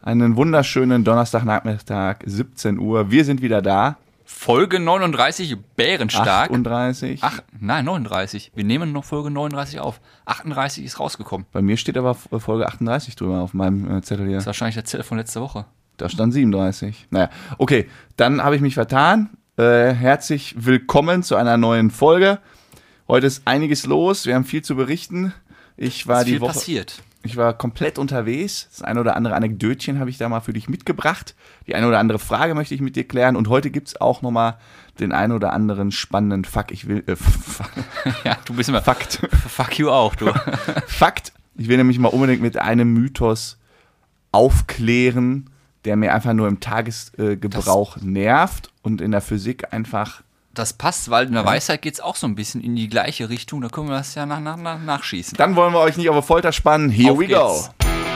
Einen wunderschönen Donnerstagnachmittag, 17 Uhr. Wir sind wieder da. Folge 39, bärenstark. 38. Nein, 39. Wir nehmen noch Folge 39 auf. 38 ist rausgekommen. Bei mir steht aber Folge 38 drüber auf meinem Zettel hier. Das ist wahrscheinlich der Zettel von letzter Woche. Da stand 37. Naja, okay, dann habe ich mich vertan. Herzlich willkommen zu einer neuen Folge. Heute ist einiges los, wir haben viel zu berichten. Ich war die Woche passiert. Ich war komplett unterwegs. Das eine oder andere Anekdötchen habe ich da mal für dich mitgebracht. Die eine oder andere Frage möchte ich mit dir klären. Und heute gibt es auch nochmal den einen oder anderen spannenden Fakt. Ja, du bist immer Fakt. Fuck you auch, du. Fakt. Ich will nämlich mal unbedingt mit einem Mythos aufklären, der mir einfach nur im Tagesgebrauch nervt und in der Physik einfach... Das passt, weil in der Weisheit geht es auch so ein bisschen in die gleiche Richtung. Da können wir das ja nachschießen. Dann wollen wir euch nicht auf die Folter spannen. Here Auf we geht's. go.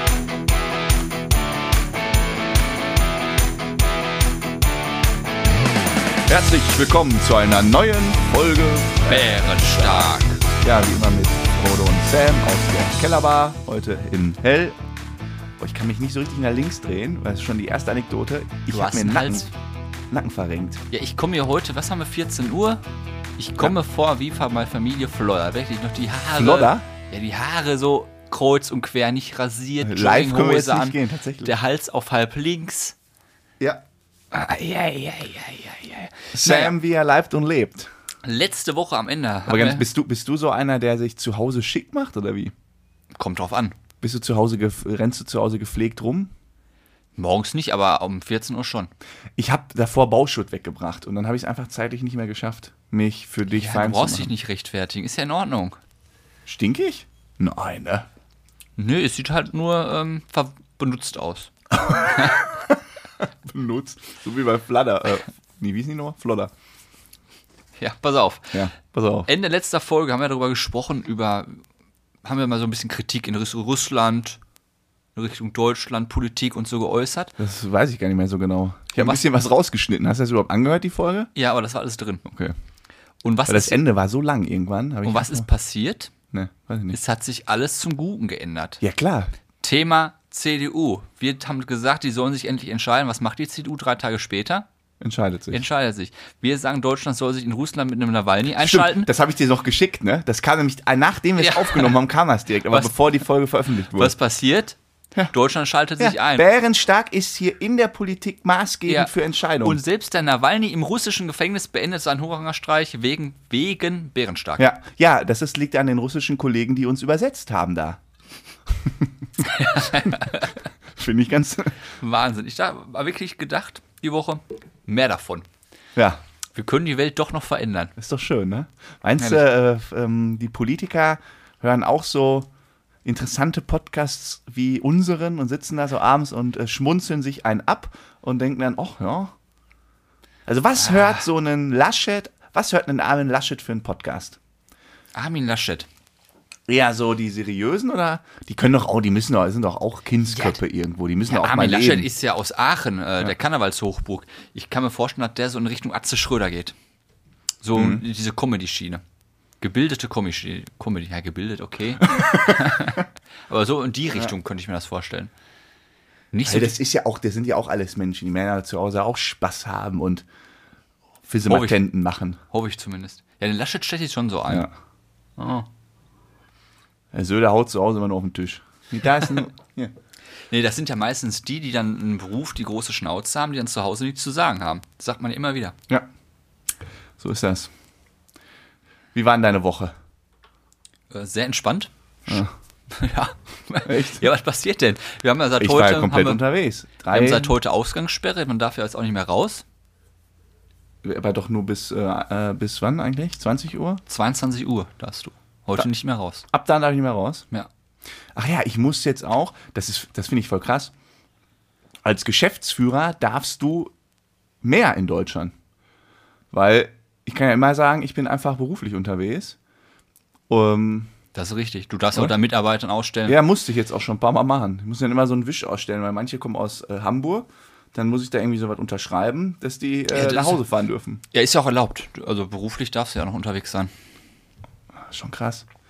Herzlich willkommen zu einer neuen Folge Bärenstark. Ja, wie immer mit Frodo und Sam aus der Kellerbar. Heute in Hell. Oh, ich kann mich nicht so richtig nach links drehen, weil es ist schon die erste Anekdote. Ich habe mir den Nacken verrenkt. Ja, ich komme hier heute, was haben wir, 14 Uhr? Ich komme vor wie von meiner Familie Flodder. Wirklich noch die Haare. Flodder? Ja, die Haare so kreuz und quer, nicht rasiert. Live können wir jetzt Jogginghose nicht an. gehen, tatsächlich. Der Hals auf halb links. Ja. Ja. Sam, wie er leibt und lebt. Letzte Woche am Ende. Aber ganz, bist du so einer, der sich zu Hause schick macht, oder wie? Kommt drauf an. Rennst du zu Hause gepflegt rum? Morgens nicht, aber um 14 Uhr schon. Ich habe davor Bauschutt weggebracht und dann habe ich es einfach zeitlich nicht mehr geschafft, mich für dich fein zu machen. Du brauchst dich nicht rechtfertigen, ist ja in Ordnung. Stinkig? Nein, ne? Nö, es sieht halt nur benutzt aus. Benutzt, so wie bei Fladder. Wie hieß die nochmal? Flodder. Ja, pass auf. Ja, pass auf. Ende letzter Folge haben wir darüber gesprochen, haben wir mal so ein bisschen Kritik in Russland, in Richtung Deutschland, Politik und so geäußert. Das weiß ich gar nicht mehr so genau. Ich habe ein bisschen was rausgeschnitten. Hast du das überhaupt angehört, die Folge? Ja, aber das war alles drin. Okay. Und Weil das Ende war so lang irgendwann. Und was ist passiert? Ne, weiß ich nicht. Es hat sich alles zum Guten geändert. Ja, klar. Thema CDU. Wir haben gesagt, die sollen sich endlich entscheiden. Was macht die CDU 3 Tage später? Entscheidet sich. Wir sagen, Deutschland soll sich in Russland mit einem Nawalny einschalten. Stimmt, das habe ich dir noch geschickt, ne? Das kam nämlich, nachdem wir es aufgenommen haben, kam das direkt. Aber bevor die Folge veröffentlicht wurde. Was passiert? Ja. Deutschland schaltet sich ein. Bärenstark ist hier in der Politik maßgebend für Entscheidungen. Und selbst der Nawalny im russischen Gefängnis beendet seinen Hungerstreich wegen Bärenstark. Ja, das liegt an den russischen Kollegen, die uns übersetzt haben da. Finde ich ganz... Wahnsinn. Ich habe wirklich gedacht, die Woche, mehr davon. Ja. Wir können die Welt doch noch verändern. Ist doch schön, ne? Meinst du, die Politiker hören auch so interessante Podcasts wie unseren und sitzen da so abends und schmunzeln sich einen ab und denken dann, ach ja. Also was hört ein Armin Laschet für einen Podcast? Armin Laschet. Eher so die seriösen oder? Die können doch auch, sind doch auch Kindsköpfe irgendwo, die müssen doch auch Armin mal leben. Laschet ist ja aus Aachen, der Karnevalshochburg. Ich kann mir vorstellen, dass der so in Richtung Atze Schröder geht. So diese Comedy-Schiene. Gebildete Comedy. Ja, gebildet, okay. Aber so in die Richtung könnte ich mir das vorstellen. Nicht so. Das sind ja auch alles Menschen, die Männer zu Hause auch Spaß haben und Fisimatenten machen. Hoffe ich zumindest. Ja, den Laschet stelle ich schon so ein. Ja. Oh. Der Söder haut zu Hause immer nur auf den Tisch. Da ist hier. Nee, das sind ja meistens die dann einen Beruf, die große Schnauze haben, die dann zu Hause nichts zu sagen haben. Das sagt man ja immer wieder. Ja, so ist das. Wie war denn deine Woche? Sehr entspannt. Ja. Ja. Echt? Ja, was passiert denn? Wir haben ja seit Ich heute... war ja komplett unterwegs. Wir haben seit heute Ausgangssperre, man darf ja jetzt auch nicht mehr raus. Aber doch nur bis wann eigentlich? 20 Uhr? 22 Uhr darfst du. Heute nicht mehr raus. Ab dann darf ich nicht mehr raus? Ja. Ach ja, ich muss jetzt auch, das finde ich voll krass, als Geschäftsführer darfst du mehr in Deutschland. Weil ich kann ja immer sagen, ich bin einfach beruflich unterwegs. Das ist richtig. Du darfst auch da Mitarbeitern ausstellen. Ja, musste ich jetzt auch schon ein paar Mal machen. Ich muss dann immer so einen Wisch ausstellen, weil manche kommen aus Hamburg. Dann muss ich da irgendwie so was unterschreiben, dass die nach Hause fahren dürfen. Ja, ist ja auch erlaubt. Also beruflich darfst du ja noch unterwegs sein. Schon krass.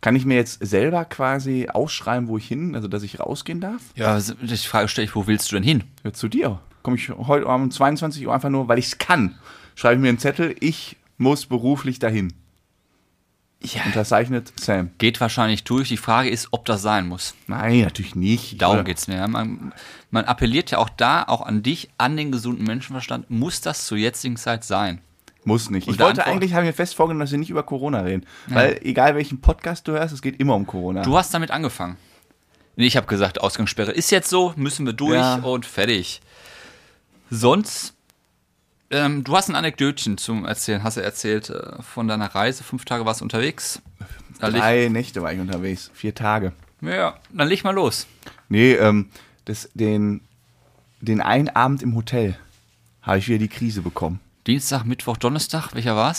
Kann ich mir jetzt selber quasi ausschreiben, wo ich hin, also dass ich rausgehen darf? Ja, die Frage stelle ich, wo willst du denn hin? Ja, zu dir. Komme ich heute um 22 Uhr einfach nur, weil ich es kann. Schreibe ich mir einen Zettel, ich muss beruflich dahin. Ja. Unterzeichnet Sam. Geht wahrscheinlich durch. Die Frage ist, ob das sein muss. Nein, natürlich nicht. Darum geht's mir. Man appelliert ja auch an dich, an den gesunden Menschenverstand. Muss das zur jetzigen Zeit sein? Muss nicht. Und Ich wollte eigentlich, habe mir fest vorgenommen, dass wir nicht über Corona reden. Ja. Weil egal welchen Podcast du hörst, es geht immer um Corona. Du hast damit angefangen. Ich habe gesagt, Ausgangssperre ist jetzt so, müssen wir durch und fertig. Sonst, du hast ein Anekdötchen zum Erzählen. Hast du erzählt von deiner Reise? 5 Tage warst du unterwegs? 3 Nächte war ich unterwegs. 4 Tage. Ja, dann leg mal los. Nee, den einen Abend im Hotel habe ich wieder die Krise bekommen. Dienstag, Mittwoch, Donnerstag, welcher war's?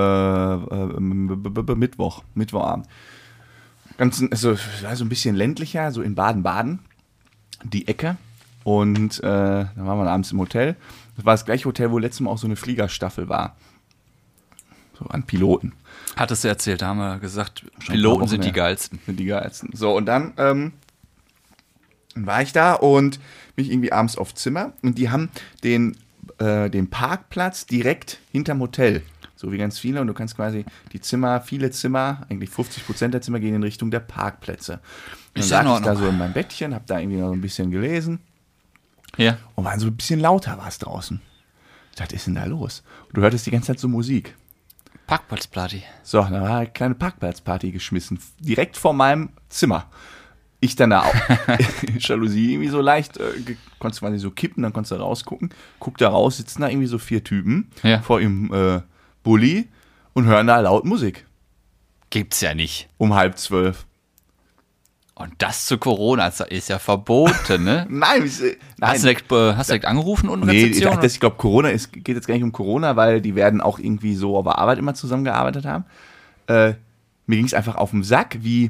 Mittwochabend. Also ein bisschen ländlicher, so in Baden-Baden, die Ecke. Und dann waren wir abends im Hotel. Das war das gleiche Hotel, wo letztes Mal auch so eine Fliegerstaffel war. So an Piloten. Hattest du erzählt, da haben wir gesagt, Piloten sind die geilsten. Sind die geilsten. So, und dann war ich da und bin ich irgendwie abends auf Zimmer. Und die haben den Parkplatz direkt hinterm Hotel. So wie ganz viele. Und du kannst quasi viele Zimmer, eigentlich 50% der Zimmer gehen in Richtung der Parkplätze. Und dann saß ich da so in meinem Bettchen, hab da irgendwie noch ein bisschen gelesen. Ja. Und war so ein bisschen lauter war es draußen. Ich dachte, was ist denn da los? Und du hörtest die ganze Zeit so Musik. Parkplatzparty. So, da war eine kleine Parkplatzparty geschmissen. Direkt vor meinem Zimmer. Ich dann da auch. Jalousie irgendwie so leicht. Konntest quasi so kippen, dann konntest du rausgucken. Guck da raus, sitzen da irgendwie so 4 Typen vor ihrem Bulli und hören da laut Musik. Gibt's ja nicht. Um 11:30. Und das zu Corona ist ja verboten, ne? Nein. Hast du direkt angerufen und Rezeption? Nee, ich glaube, Corona geht jetzt gar nicht um Corona, weil die werden auch irgendwie so auf der Arbeit immer zusammengearbeitet haben. Mir ging es einfach auf den Sack, wie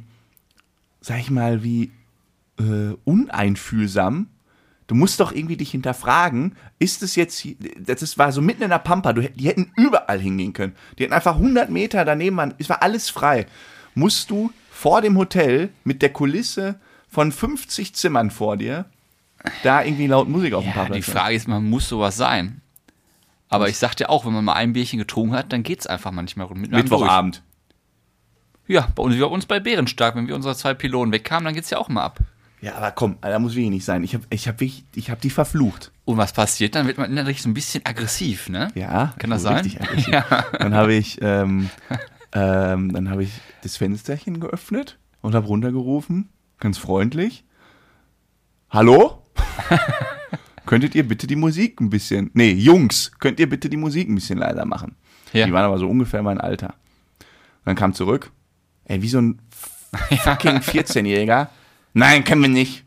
uneinfühlsam. Du musst doch irgendwie dich hinterfragen, ist es jetzt, das war so mitten in der Pampa, die hätten überall hingehen können. Die hätten einfach 100 Meter daneben, es war alles frei. Musst du vor dem Hotel mit der Kulisse von 50 Zimmern vor dir da irgendwie laut Musik auf dem Parkplatz. Die Frage ist, man muss sowas sein. Aber ich sag dir auch, wenn man mal ein Bierchen getrunken hat, dann geht's einfach manchmal mit Mittwochabend. Ja, bei uns bei Bärenstark, wenn wir unsere 2 Pilonen wegkamen, dann geht's ja auch mal ab. Ja, aber komm, da muss wirklich nicht sein. Ich hab die verflucht. Und was passiert? Dann wird man innerlich so ein bisschen aggressiv, ne? Ja. Kann das sein? Richtig aggressiv. Ja. Dann habe ich das Fensterchen geöffnet und habe runtergerufen, ganz freundlich. Hallo? Könntet ihr bitte die Musik ein bisschen... Nee, Jungs, könnt ihr bitte die Musik ein bisschen leiser machen? Ja. Die waren aber so ungefähr mein Alter. Und dann kam zurück, wie so ein fucking 14-Jähriger. Nein, können wir nicht.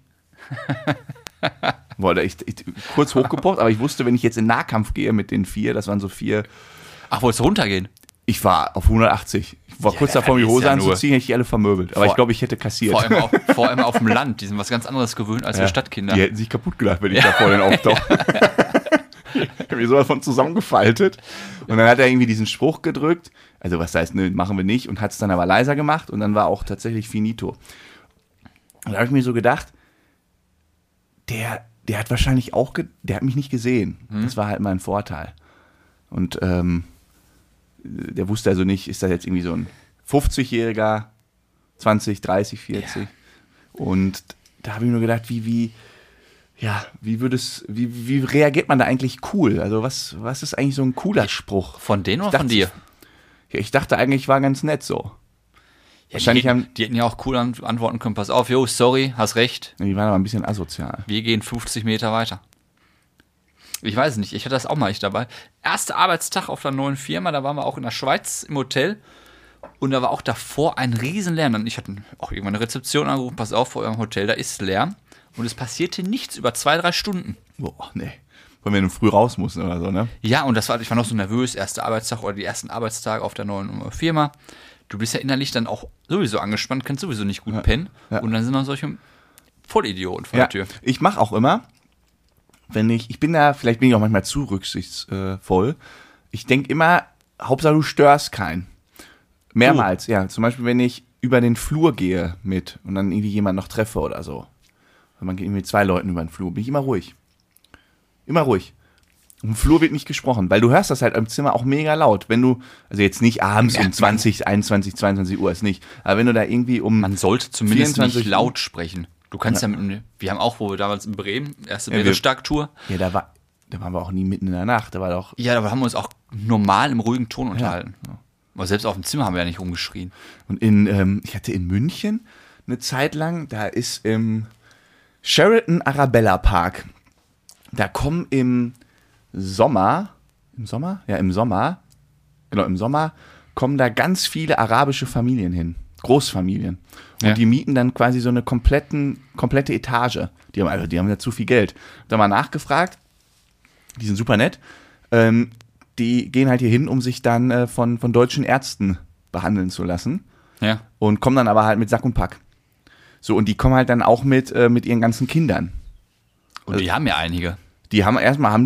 Boah, ich kurz hochgepocht, aber ich wusste, wenn ich jetzt in Nahkampf gehe mit den 4, das waren so 4... Ach, wolltest du runtergehen? Ich war auf 180. Ich war kurz davor, mir die Hose anzuziehen, hätte ich alle vermöbelt. Aber ich glaube, ich hätte kassiert. Vor allem auf dem Land. Die sind was ganz anderes gewöhnt als wir Stadtkinder. Die hätten sich kaputt gelacht, wenn ich da vor den auftauche. Ich habe mir sowas von zusammengefaltet. Und dann hat er irgendwie diesen Spruch gedrückt. Also was heißt, nö, machen wir nicht. Und hat es dann aber leiser gemacht. Und dann war auch tatsächlich finito. Und da habe ich mir so gedacht, der hat wahrscheinlich auch, der hat mich nicht gesehen. Das war halt mein Vorteil. Und der wusste also nicht, ist das jetzt irgendwie so ein 50-Jähriger, 20, 30, 40. Ja. Und da habe ich mir nur gedacht, wie reagiert man da eigentlich cool? Also was ist eigentlich so ein cooler Spruch? Von denen oder von dir? Ja, ich dachte eigentlich, ich war ganz nett so. Ja, wahrscheinlich die hätten ja auch cool antworten können, pass auf, sorry, hast recht. Die waren aber ein bisschen asozial. Wir gehen 50 Meter weiter. Ich weiß es nicht, ich hatte das auch mal nicht dabei. Erster Arbeitstag auf der neuen Firma, da waren wir auch in der Schweiz im Hotel und da war auch davor ein Riesenlärm. Und ich hatte auch irgendwann eine Rezeption angerufen, pass auf, vor eurem Hotel, da ist Lärm. Und es passierte nichts über 2-3 Stunden. Boah, nee. Weil wir nun früh raus mussten oder so, ne? Ja, und ich war noch so nervös, erster Arbeitstag oder die ersten Arbeitstage auf der neuen Firma. Du bist ja innerlich dann auch sowieso angespannt, kannst sowieso nicht gut pennen. Ja. Und dann sind noch solche Vollidioten vor der Tür. Ich mache auch immer, vielleicht bin ich auch manchmal zu rücksichtsvoll. Ich denke immer, Hauptsache du störst keinen. Mehrmals, ja. Zum Beispiel, wenn ich über den Flur gehe mit und dann irgendwie jemand noch treffe oder so. Wenn man geht irgendwie mit 2 Leuten über den Flur, bin ich immer ruhig. Immer ruhig. Im Flur wird nicht gesprochen, weil du hörst das halt im Zimmer auch mega laut. Wenn du, also jetzt nicht abends um 20, 21, 22 Uhr, ist nicht. Aber wenn du da irgendwie Man sollte zumindest 24 nicht laut sprechen. Du kannst ja wir haben auch, wo wir damals in Bremen, erste wir- Bärenstark-Tour. Ja, da waren wir auch nie mitten in der Nacht. Da war doch. Ja, aber haben wir uns auch normal im ruhigen Ton unterhalten. Aber selbst auf dem Zimmer haben wir ja nicht rumgeschrien. Und ich hatte in München eine Zeit lang, da ist im Sheraton Arabella Park, da kommen im Sommer, kommen da ganz viele arabische Familien hin. Großfamilien. Und Ja. die mieten dann quasi so eine komplette Etage. Die haben ja zu viel Geld. Da mal nachgefragt, die sind super nett. Die gehen halt hier hin, um sich dann von deutschen Ärzten behandeln zu lassen. Ja. Und kommen dann aber halt mit Sack und Pack. So, und die kommen halt dann auch mit ihren ganzen Kindern. Und die haben ja einige. Die haben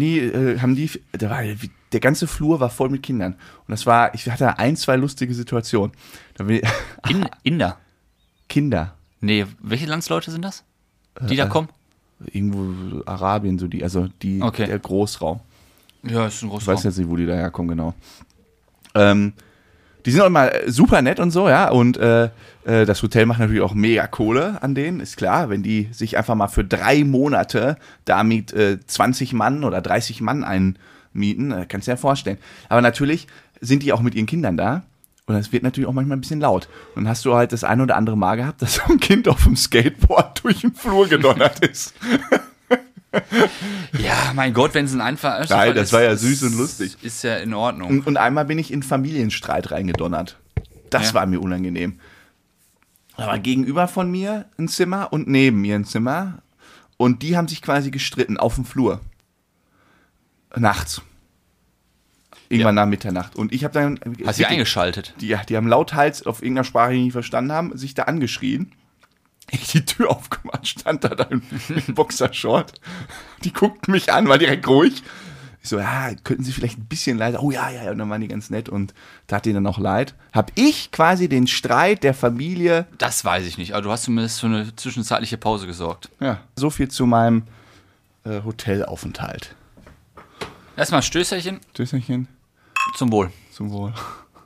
der ganze Flur war voll mit Kindern. Und ich hatte 1, 2 lustige Situationen. Inder. Kinder. Nee, welche Landsleute sind das? Die da kommen? Irgendwo so Arabien, Okay. der Großraum. Ja, ist ein Ich großer weiß jetzt nicht, wo die daherkommen, genau. Die sind auch immer super nett und so, ja. Und das Hotel macht natürlich auch mega Kohle an denen, ist klar. Wenn die sich einfach mal für 3 Monate da mit 20 Mann oder 30 Mann einmieten, kannst du dir ja vorstellen. Aber natürlich sind die auch mit ihren Kindern da. Und es wird natürlich auch manchmal ein bisschen laut. Und dann hast du halt das ein oder andere Mal gehabt, dass so ein Kind auf dem Skateboard durch den Flur gedonnert ist. Ja, mein Gott, wenn es ein einfach Nein, das war ja süß und lustig. Ist ja in Ordnung. Und einmal bin ich in Familienstreit reingedonnert. Das Ja. war mir unangenehm. Da war gegenüber von mir ein Zimmer und neben mir ein Zimmer. Und die haben sich quasi gestritten auf dem Flur. Nachts. Irgendwann nach Mitternacht. Und ich habe dann... Hast du eingeschaltet? Die haben lauthals auf irgendeiner Sprache, die ich nicht verstanden haben, sich da angeschrien. Ich die Tür aufgemacht, stand da dann im Boxershort. Die guckten mich an, war direkt ruhig. Ich so, ja, könnten Sie vielleicht ein bisschen leiser? Oh ja. Und dann waren die ganz nett und tat denen dann auch leid. Hab ich quasi den Streit der Familie... Das weiß ich nicht, aber du hast zumindest für eine zwischenzeitliche Pause gesorgt. Ja, so viel zu meinem Hotelaufenthalt. Erstmal ein Stößerchen Tschüsschen. zum Wohl. Zum Wohl.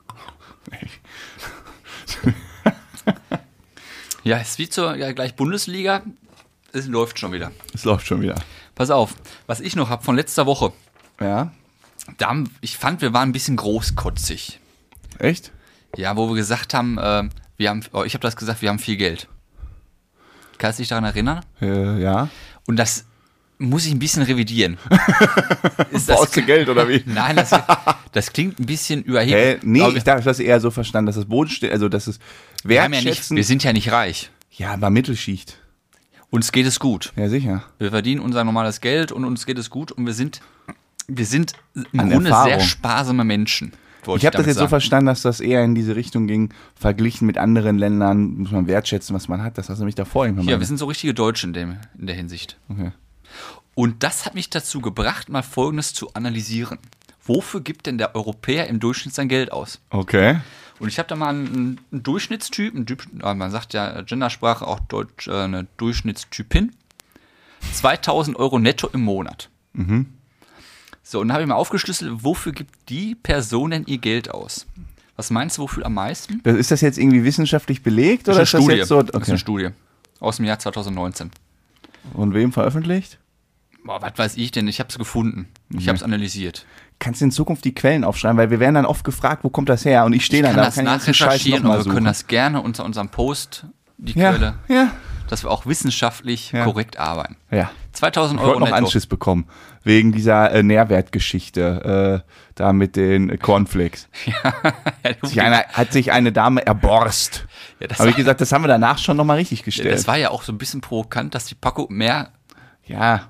Ja, es ist wie gleich Bundesliga. Es läuft schon wieder. Es läuft schon wieder. Pass auf, was ich noch habe von letzter Woche. Ja, Ich fand, wir waren ein bisschen großkotzig. echt? Ja, wo wir gesagt haben, ich habe das gesagt, wir haben viel Geld. Kannst du dich daran erinnern? Ja. Und das muss ich ein bisschen revidieren. Brauchst du Geld oder wie? Nein, das klingt ein bisschen überheblich. Nee, Aber ich dachte, das eher so verstanden, dass das Bodenstehen, also dass es wertschätzen. wir sind ja nicht reich. Ja, aber Mittelschicht. Uns geht es gut. Ja, sicher. Wir verdienen unser normales Geld und uns geht es gut und wir sind im An Grunde Erfahrung. sehr sparsame Menschen. Ich habe das jetzt so verstanden, dass das eher in diese Richtung ging, verglichen mit anderen Ländern, muss man wertschätzen, was man hat. Das hast du mich davor irgendwann Ja, mal. wir sind so richtige Deutsche in der Hinsicht. Okay. Und das hat mich dazu gebracht, mal Folgendes zu analysieren. Wofür gibt denn der Europäer im Durchschnitt sein Geld aus? Okay. Und ich habe da mal einen Durchschnittstyp, man sagt ja Gendersprache auch Deutsch, eine Durchschnittstypin, 2.000 Euro netto im Monat. So, und dann habe ich mal aufgeschlüsselt, wofür gibt die Person denn ihr Geld aus? Was meinst du, wofür am meisten? Ist das jetzt irgendwie wissenschaftlich belegt oder ist das jetzt so? Das ist eine Studie aus dem Jahr 2019. Und wem veröffentlicht? Boah, was weiß ich denn? Ich habe es gefunden. Ich habe es analysiert. Kannst du in Zukunft die Quellen aufschreiben, weil wir werden dann oft gefragt, wo kommt das her? Und ich stehe dann Kann da, das kann den ganzen Scheiß nachrecherchieren noch und mal wir können suchen. das gerne unter unserem Post, die Quelle, Ja, dass wir auch wissenschaftlich Ja. korrekt arbeiten. ja. 2.000 Ich Euro wollte noch netto. Anschiss bekommen, wegen dieser Nährwertgeschichte, da mit den Cornflakes. Hat sich eine Dame erborst. Ja, das Habe ich war- gesagt, das haben wir danach schon nochmal richtig Ja, gestellt. das war ja auch so ein bisschen provokant, dass die Packung mehr, Ja,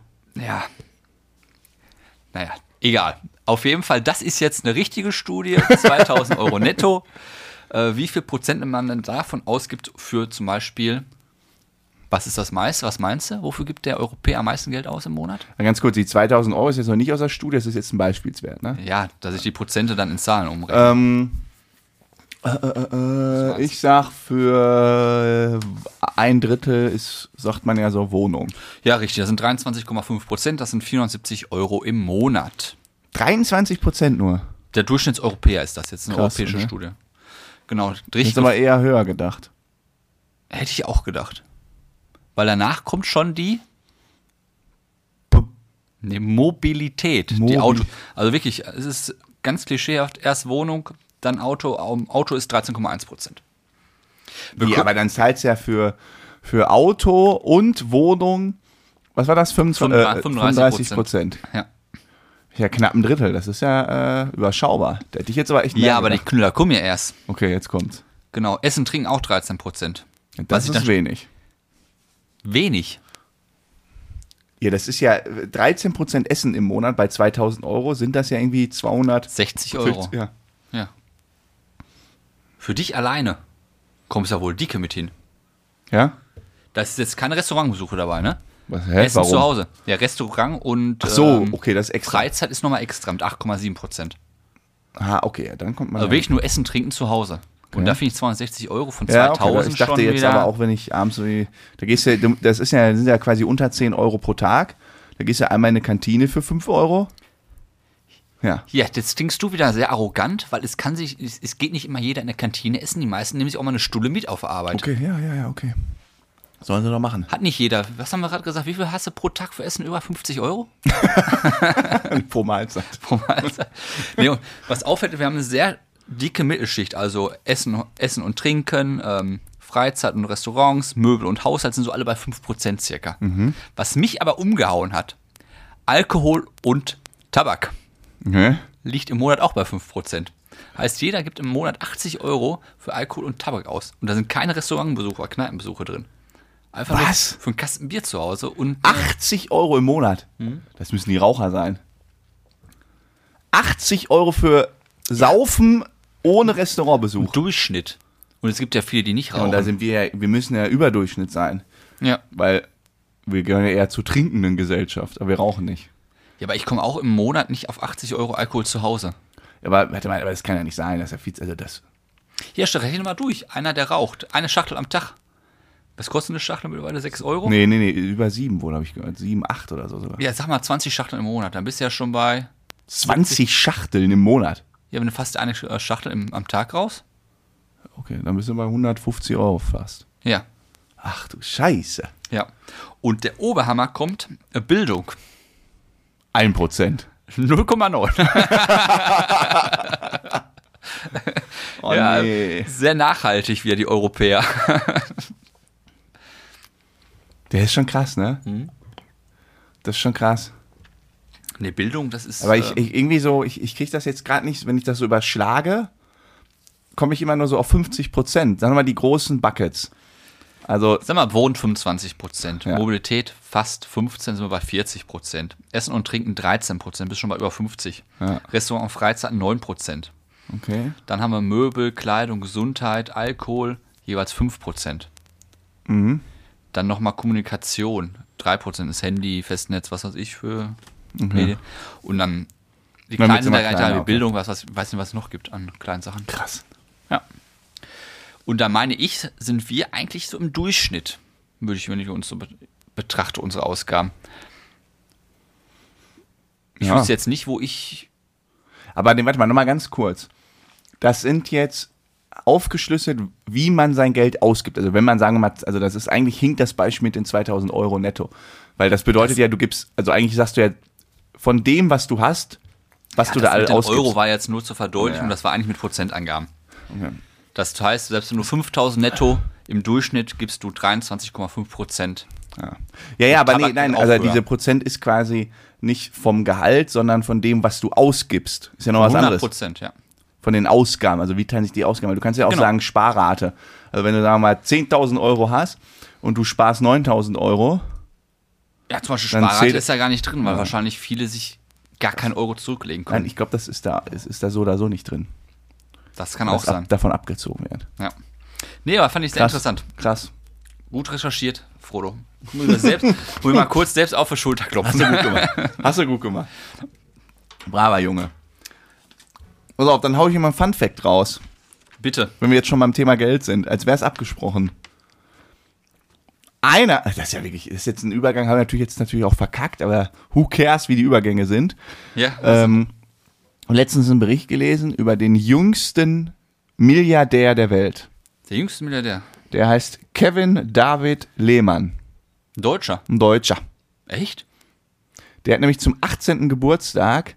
naja, egal. Auf jeden Fall, das ist jetzt eine richtige Studie, 2.000 Euro netto. Wie viel Prozent man denn davon ausgibt für zum Beispiel, was ist das meiste, was meinst du? Wofür gibt der Europäer am meisten Geld aus im Monat? ganz kurz, die 2.000 Euro ist jetzt noch nicht aus der Studie, das ist jetzt ein Beispielswert, ne? Ja, dass ich die Prozente dann in Zahlen umrechne. Ich sag für 1/3 ist, sagt man ja so, Wohnung. Ja, richtig. Das sind 23,5%. Das sind 470 € im Monat. 23% nur. Der Durchschnittseuropäer ist das jetzt, eine Krass, europäische okay. Studie. Genau. Ich hätte aber eher höher gedacht. Hätte ich auch gedacht. Weil danach kommt schon die Mobilität. Die Auto. Also wirklich, es ist ganz klischeehaft. Erst Wohnung, dann Auto. Auto ist 13,1%. Ja, aber dann zahlst du ja für Auto und Wohnung, was war das? 35%. Ja. Ja, knapp ein Drittel. Das ist ja überschaubar. Da hätte ich jetzt aber echt mehr Ja, aber die gedacht. Knüller kommen ja erst. Okay, jetzt kommt's. Genau. Essen, Trinken auch 13%. Das ist wenig. Wenig. Ja, das ist ja 13% Essen im Monat bei 2.000 € sind das ja irgendwie 60 €. Ja. Ja. Für dich alleine kommst ja wohl dicke mit hin. Ja? Da ist jetzt keine Restaurantbesuche dabei, ne? Was, hä? Essen Warum? zu Hause. Ja, Restaurant und Ach so, okay, das ist extra. Freizeit ist nochmal extra mit 8,7%. Ah, okay, ja, dann kommt man. Also wirklich nur Essen, Trinken zu Hause. Und da finde ich 260 € von ja, 2000 okay, ich dachte schon jetzt wieder. aber auch, wenn ich abends so wie, da gehst du, das ist ja, sind ja quasi unter 10 € pro Tag. Da gehst du einmal in eine Kantine für 5 €. Ja. Ja, jetzt klingst du wieder sehr arrogant, weil es geht nicht immer jeder in der Kantine essen. Die meisten nehmen sich auch mal eine Stulle mit auf Arbeit. Okay, ja, okay. Sollen sie doch machen. Hat nicht jeder. Was haben wir gerade gesagt? Wie viel hast du pro Tag für Essen? Über 50 €? Pro Mahlzeit. Pro Mahlzeit. Nee, und was auffällt, wir haben eine sehr dicke Mittelschicht. Also Essen und Trinken, Freizeit und Restaurants, Möbel und Haushalt sind so alle bei 5% circa. Was mich aber umgehauen hat, Alkohol und Tabak Okay. liegt im Monat auch bei 5%. Heißt, jeder gibt im Monat 80 € für Alkohol und Tabak aus. Und da sind keine Restaurantbesuche oder Kneipenbesuche drin. Einfach Was? nur für einen Kasten Bier zu Hause. Und 80 € im Monat. Das müssen die Raucher sein. 80 € für Saufen ohne Restaurantbesuch. Durchschnitt. Und es gibt ja viele, die nicht Ja, rauchen. und da sind wir müssen ja Überdurchschnitt sein. Ja. Weil wir gehören ja eher zur trinkenden Gesellschaft, aber wir rauchen nicht. Ja, aber ich komme auch im Monat nicht auf 80 € Alkohol zu Hause. Aber warte mal, aber das kann ja nicht sein, das ist ja viel, also das. Ja, rechne mal durch. Einer, der raucht. Eine Schachtel am Tag. Was kostet eine Schachtel mittlerweile? 6 €? Nee, über 7 wohl, habe ich gehört. 7, 8 oder so sogar. Ja, sag mal 20 Schachteln im Monat. Dann bist du ja schon bei... 20 Schachteln im Monat. Ja, wenn du fast eine Schachtel am Tag raus. Okay, dann bist du bei 150 € fast. Ja. Ach du Scheiße. Ja. Und der Oberhammer kommt, Bildung. 1%. 0,9. Oh Ja, nee. sehr nachhaltig wieder die Europäer. Der ist schon krass, ne? Das ist schon krass. Ne, Bildung, das ist... Aber ich kriege das jetzt gerade nicht, wenn ich das so überschlage, komme ich immer nur so auf 50%. Sagen wir mal die großen Buckets. Also, Sag mal, Wohnen 25%, Ja. Mobilität fast 15%, sind wir bei 40%. Essen und Trinken 13%, bist schon bei über 50%. Ja. Restaurant und Freizeit 9%. okay. Dann haben wir Möbel, Kleidung, Gesundheit, Alkohol, jeweils 5%. Dann nochmal Kommunikation, 3% ist Handy, Festnetz, was weiß ich für Medien. Und dann die Dann kleinen wird's sind immer da kleiner, die okay. Bildung, weiß nicht, was es noch gibt an kleinen Sachen. Krass. Ja. Und da meine ich, sind wir eigentlich so im Durchschnitt, wenn ich uns so betrachte, unsere Ausgaben. Ich Ja. wüsste jetzt nicht, wo ich... Aber warte mal, nochmal ganz kurz. Das sind jetzt aufgeschlüsselt, wie man sein Geld ausgibt. Also wenn man sagen wir mal, also das ist eigentlich, hinkt das Beispiel mit den 2.000 € netto. Weil das bedeutet ja, du gibst, also eigentlich sagst du ja, von dem, was du hast, was du da mit alle den ausgibst. Euro war jetzt nur zur Verdeutlichung, Ja. das war eigentlich mit Prozentangaben. Okay. Das heißt, selbst wenn du 5.000 netto im Durchschnitt gibst du 23,5%. Ja, aber Tabak nein, auch also höher. diese Prozent ist quasi nicht vom Gehalt, sondern von dem, was du ausgibst. Ist ja noch was anderes. 100%, ja. Von den Ausgaben, also wie teilen sich die Ausgaben? Weil du kannst ja auch Genau. sagen Sparrate. Also wenn du, sagen wir mal, 10.000 € hast und du sparst 9.000 €, Ja, zum Beispiel Dann Sparrate zählt- ist ja gar nicht drin, weil wahrscheinlich viele sich gar keinen Euro zurücklegen können. nein, ich glaube, das ist da so oder so nicht drin. Das kann auch Was sein. davon abgezogen wird. Ja. Nee, aber fand ich sehr interessant. Krass. Gut recherchiert, Frodo. Muss ich mal kurz selbst auf die Schulter klopfen. Hast du gut gemacht. Braver Junge. Pass auf, dann hau ich hier mal ein Funfact raus. Bitte. Wenn wir jetzt schon beim Thema Geld sind, als wäre es abgesprochen. Das ist ja wirklich, das ist jetzt ein Übergang, haben wir natürlich auch verkackt, aber who cares, wie die Übergänge sind. Ja. Letztens einen Bericht gelesen über den jüngsten Milliardär der Welt. Der jüngste Milliardär. Der heißt Kevin David Lehmann. Ein Deutscher. Ein Deutscher. Echt? Der hat nämlich zum 18. Geburtstag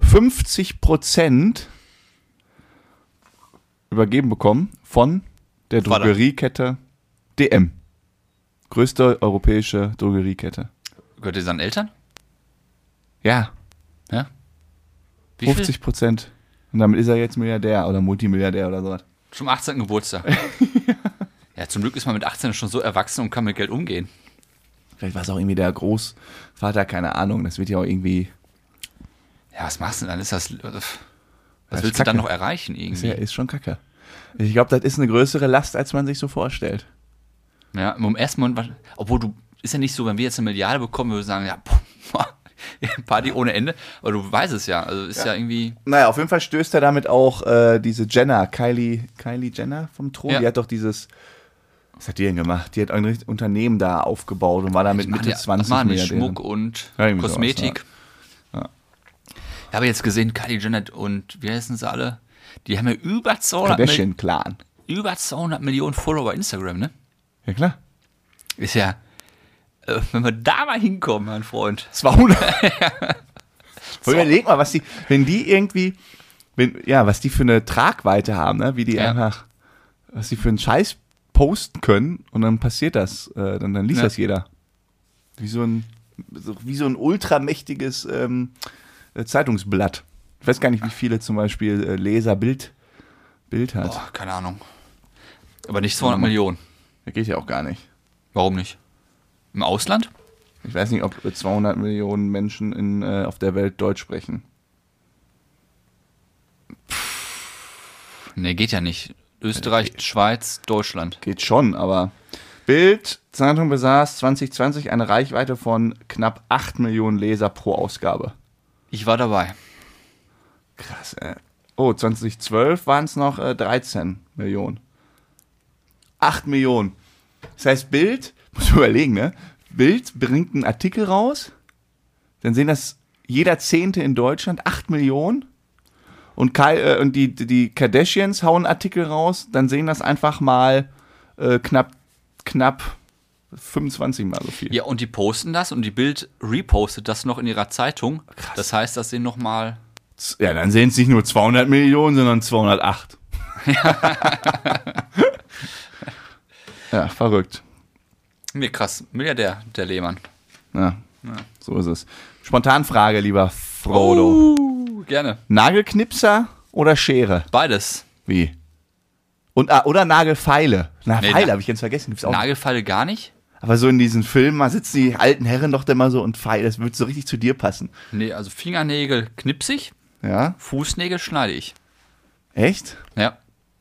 50% übergeben bekommen von der Drogeriekette DM. Größte europäische Drogeriekette. Gehört ihr seinen Eltern? Ja. Ja. Wie viel? 50%. Und damit ist er jetzt Milliardär oder Multimilliardär oder sowas. Zum 18. Geburtstag. Ja, zum Glück ist man mit 18 schon so erwachsen und kann mit Geld umgehen. Vielleicht war es auch irgendwie der Großvater, keine Ahnung. Das wird ja auch irgendwie... Ja, was machst du denn dann? Ist das... Was ist willst du dann Kacke. noch erreichen irgendwie? Ist schon kacke. Ich glaube, das ist eine größere Last, als man sich so vorstellt. Ja, im ersten Moment, obwohl ist ja nicht so, wenn wir jetzt eine Milliarde bekommen, würden wir sagen, ja, Party ohne Ende, aber du weißt es ja, also ist ja irgendwie... Naja, auf jeden Fall stößt er damit auch diese Jenner, Kylie Jenner vom Thron, die hat doch dieses... Was hat die denn gemacht? Die hat ein richtiges Unternehmen da aufgebaut und war damit Mitte 20 Milliardäre. Schmuck und Kosmetik. Sowas, ja. Ich habe jetzt gesehen, Kylie Jenner und wie heißen sie alle? Die haben ja über 200 Kardashian-Clan. Über 200 Millionen Follower bei Instagram, ne? Ja, klar. Ist ja, wenn wir da mal hinkommen, mein Freund. 200. Überleg mal, wenn die irgendwie, was die für eine Tragweite haben, ne? Wie die einfach, was die für einen Scheiß posten können und dann passiert das, dann liest das jeder. Wie so ein ultramächtiges Zeitungsblatt. Ich weiß gar nicht, wie viele zum Beispiel Leser Bild hat. Boah, keine Ahnung. Aber nicht 200 Millionen. Das geht ja auch gar nicht. Warum nicht? Im Ausland? Ich weiß nicht, ob 200 Millionen Menschen auf der Welt Deutsch sprechen. Nee, geht ja nicht. Österreich, Schweiz, Deutschland. Geht schon, aber Bild-Zeitung besaß 2020 eine Reichweite von knapp 8 Millionen Leser pro Ausgabe. Ich war dabei. Krass, ey. Oh, 2012 waren es noch 13 Millionen. 8 Millionen. Das heißt, Bild, muss man überlegen, ne? Bild bringt einen Artikel raus, dann sehen das jeder Zehnte in Deutschland, 8 Millionen. Und die Kardashians hauen einen Artikel raus, dann sehen das einfach mal knapp 25 mal so viel. Ja, und die posten das und die Bild repostet das noch in ihrer Zeitung. Krass. Das heißt, das sind nochmal... Ja, dann sehen es nicht nur 200 Millionen, sondern 208. Ja, verrückt. Nee, krass. Milliardär, der Lehmann. Ja, so ist es. Spontanfrage, lieber Frodo. Gerne. Nagelknipser oder Schere? Beides. Wie? Oder Nagelfeile. Pfeile habe ich ganz vergessen. Gibt's auch. Nagelfeile gar nicht? Aber so in diesen Filmen, da sitzen die alten Herren doch immer so und Pfeile. Das würde so richtig zu dir passen. Nee, also Fingernägel knipsig, Ja? Fußnägel schneide ich. Echt? Ja.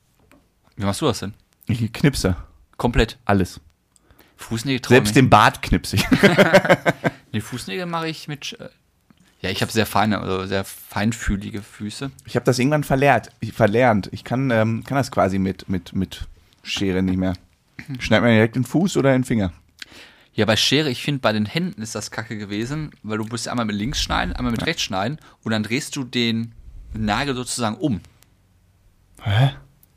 Wie machst du das denn? Ich knipse. Komplett. Alles. Fußnägel traue Selbst den Bart knipse ich. Nee, Fußnägel mache ich mit... ja, ich habe sehr feine, also sehr feinfühlige Füße. Ich habe das irgendwann verlernt. Ich kann das quasi mit Schere nicht mehr. Schneid mir direkt den Fuß oder den Finger. Ja, bei Schere, ich finde, bei den Händen ist das kacke gewesen, weil du musst einmal mit links schneiden, einmal mit rechts schneiden und dann drehst du den Nagel sozusagen um. Hä?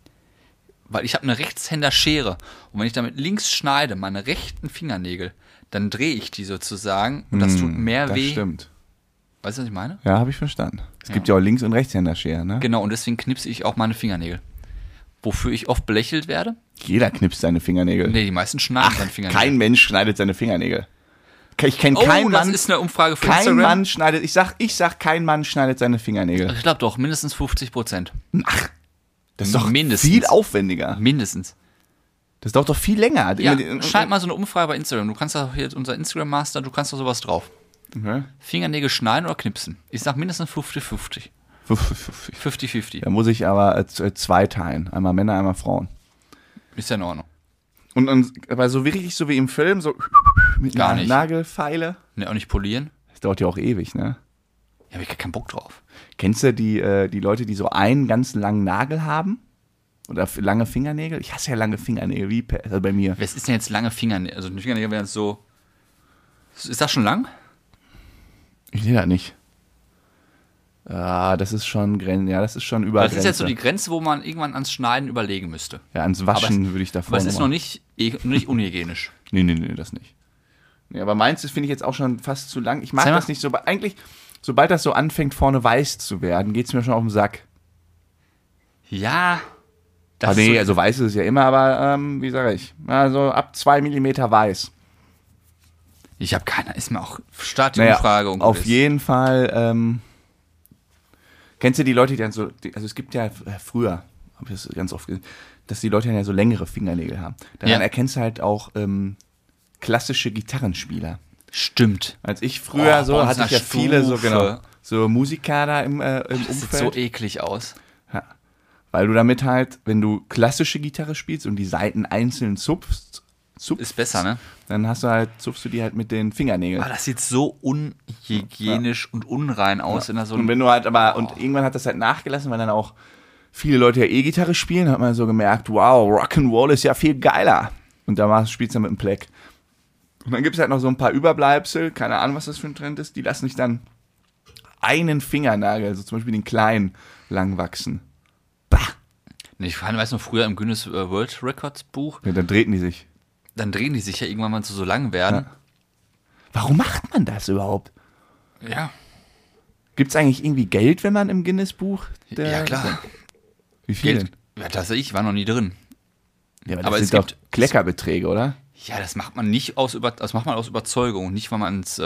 Weil ich habe eine Rechtshänder-Schere und wenn ich damit links schneide, meine rechten Fingernägel, dann drehe ich die sozusagen und das tut mehr das weh. Stimmt. Weißt du, was ich meine? Ja, habe ich verstanden. Es gibt ja auch Links- und Rechtshänder-Schere, ne? Genau, und deswegen knipse ich auch meine Fingernägel. Wofür ich oft belächelt werde. Jeder knipst seine Fingernägel. Nee, die meisten schneiden seine Fingernägel. Kein Mensch schneidet seine Fingernägel. Ich kenne Oh, keinen Mann. das ist eine Umfrage für Kein Instagram. Mann schneidet, ich sag, kein Mann schneidet seine Fingernägel. Ich glaube doch, mindestens 50%. Ach, das ist doch Mindestens. viel aufwendiger. Mindestens. Das dauert doch viel länger. Ja, schreib mal so eine Umfrage bei Instagram. Du kannst da hier unser Instagram-Master, du kannst da sowas drauf. Okay. Fingernägel schneiden oder knipsen. Ich sag mindestens 50-50. 50-50. Da muss ich aber zwei teilen. Einmal Männer, einmal Frauen. Ist ja in Ordnung. Und aber so wirklich so wie im Film, so mit Gar einer nicht. Nagelfeile. Ne, auch nicht polieren. Das dauert ja auch ewig, ne? Ja, hab ich gar keinen Bock drauf. Kennst du die Leute, die so einen ganz langen Nagel haben? Oder lange Fingernägel? Ich hasse ja lange Fingernägel, also bei mir. Was ist denn jetzt lange Fingernägel? Also die Fingernägel wären so... Ist das schon lang? Ich sehe das nicht. Das ist schon das ist schon über Das ist jetzt so die Grenze, wo man irgendwann ans Schneiden überlegen müsste. Ja, ans Waschen würde ich davor. Aber es ist noch nicht unhygienisch. Nee, das nicht. Nee, aber meins finde ich jetzt auch schon fast zu lang. Ich mag das nicht so. Eigentlich, sobald das so anfängt, vorne weiß zu werden, geht es mir schon auf den Sack. Ja. Also weiß ist es ja immer, aber wie sage ich? Also ab 2 mm weiß. Ich habe keine, ist mir auch Frage. Auf jeden Fall, kennst du die Leute, die dann so, also es gibt ja früher, habe ich das ganz oft gesehen, dass die Leute dann ja so längere Fingernägel haben. Daran erkennst du halt auch klassische Gitarrenspieler. Stimmt. Als ich früher hatte ich ja viele so Musiker da im Umfeld. Das sieht so eklig aus. Ja. Weil du damit halt, wenn du klassische Gitarre spielst und die Saiten einzeln zupfst, ist besser, ne? Dann zupfst du die halt mit den Fingernägeln. Aber das sieht so unhygienisch und unrein aus. Ja. Und wenn du halt und irgendwann hat das halt nachgelassen, weil dann auch viele Leute ja E-Gitarre spielen, hat man so gemerkt, wow, Rock'n'Roll ist ja viel geiler. Und da spielst du dann mit dem Pleck. Und dann gibt es halt noch so ein paar Überbleibsel, keine Ahnung, was das für ein Trend ist, die lassen sich dann einen Fingernagel, also zum Beispiel den kleinen, lang wachsen. Bah! Ich weiß noch, früher im Guinness World Records Buch. Ja, dann drehen die sich. Dann drehen die sich ja irgendwann mal so lang werden. Ja. Warum macht man das überhaupt? Ja. Gibt es eigentlich irgendwie Geld, wenn man im Guinness-Buch? Ja, klar. Wie viel Geld? Ja, tatsächlich, war noch nie drin. Ja, aber das sind doch Kleckerbeträge, oder? Ja, das macht man nicht aus Überzeugung, nicht weil man es.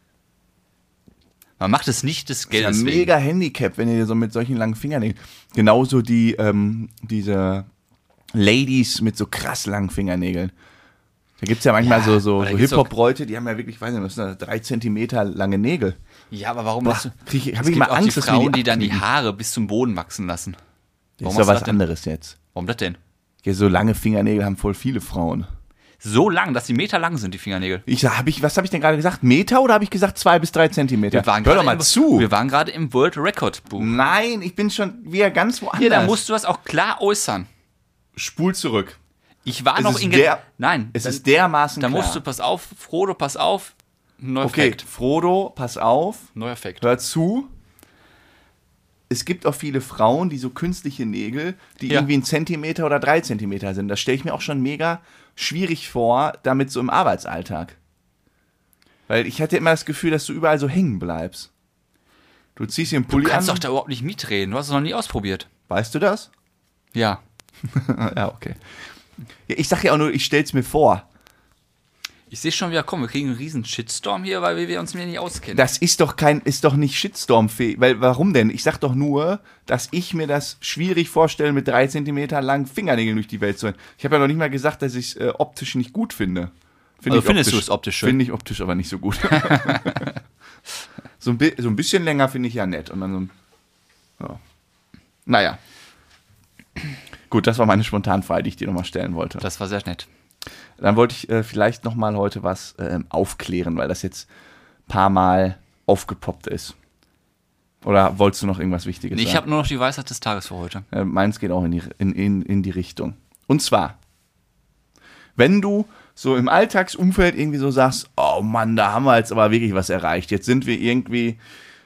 Man macht es nicht des Geldes. Das ist ja ein mega Handicap, wenn ihr so mit solchen langen Fingernägeln. Genauso diese Ladies mit so krass langen Fingernägeln. Da gibt es ja manchmal so Hip-Hop-Bräute, die haben ja wirklich, weiß nicht, das sind 3 Zentimeter lange Nägel. Ja, aber warum hast du. Habe ich mal Angst, die Frauen, die dann die Haare bis zum Boden wachsen lassen. Warum ist doch was anderes jetzt. Warum das denn? Ja, so lange Fingernägel haben voll viele Frauen. So lang, dass die Meter lang sind, die Fingernägel. Was habe ich denn gerade gesagt? Meter oder habe ich gesagt 2 bis 3 Zentimeter? Hör doch mal zu. Wir waren gerade im World Record Buch. Nein, ich bin schon wieder ganz woanders. Hier, da musst du das auch klar äußern. Spul zurück. Ich war noch in... Nein. Es ist dermaßen klar. Da musst du, Frodo, pass auf. Neuer Fakt. Frodo, pass auf. Neuer Fakt. Hör zu. Es gibt auch viele Frauen, die so künstliche Nägel, die irgendwie 1 Zentimeter oder 3 Zentimeter sind. Das stelle ich mir auch schon mega schwierig vor, damit so im Arbeitsalltag. Weil ich hatte immer das Gefühl, dass du überall so hängen bleibst. Du ziehst hier einen Pulli an. Du kannst doch da überhaupt nicht mitreden. Du hast es noch nie ausprobiert. Weißt du das? Ja. Ja, okay. Ja, ich sag ja auch nur, ich stell's mir vor. Ich sehe schon wieder, wir kriegen einen riesen Shitstorm hier, weil wir uns mehr nicht auskennen. Das ist doch nicht Shitstorm-fähig. Warum denn? Ich sag doch nur, dass ich mir das schwierig vorstelle, mit 3 Zentimeter langen Fingernägeln durch die Welt zu rennen. Ich habe ja noch nicht mal gesagt, dass ich es optisch nicht gut finde. Findest du es optisch schön? Finde ich optisch aber nicht so gut. so ein bisschen länger finde ich ja nett. Und dann ja. Naja. Gut, das war meine Spontanfrage, die ich dir nochmal stellen wollte. Das war sehr nett. Dann wollte ich vielleicht nochmal heute was aufklären, weil das jetzt ein paar Mal aufgepoppt ist. Oder wolltest du noch irgendwas Wichtiges sagen? Ich habe nur noch die Weisheit des Tages für heute. Meins geht auch in die Richtung. Und zwar, wenn du so im Alltagsumfeld irgendwie so sagst, oh Mann, da haben wir jetzt aber wirklich was erreicht. Jetzt sind wir irgendwie,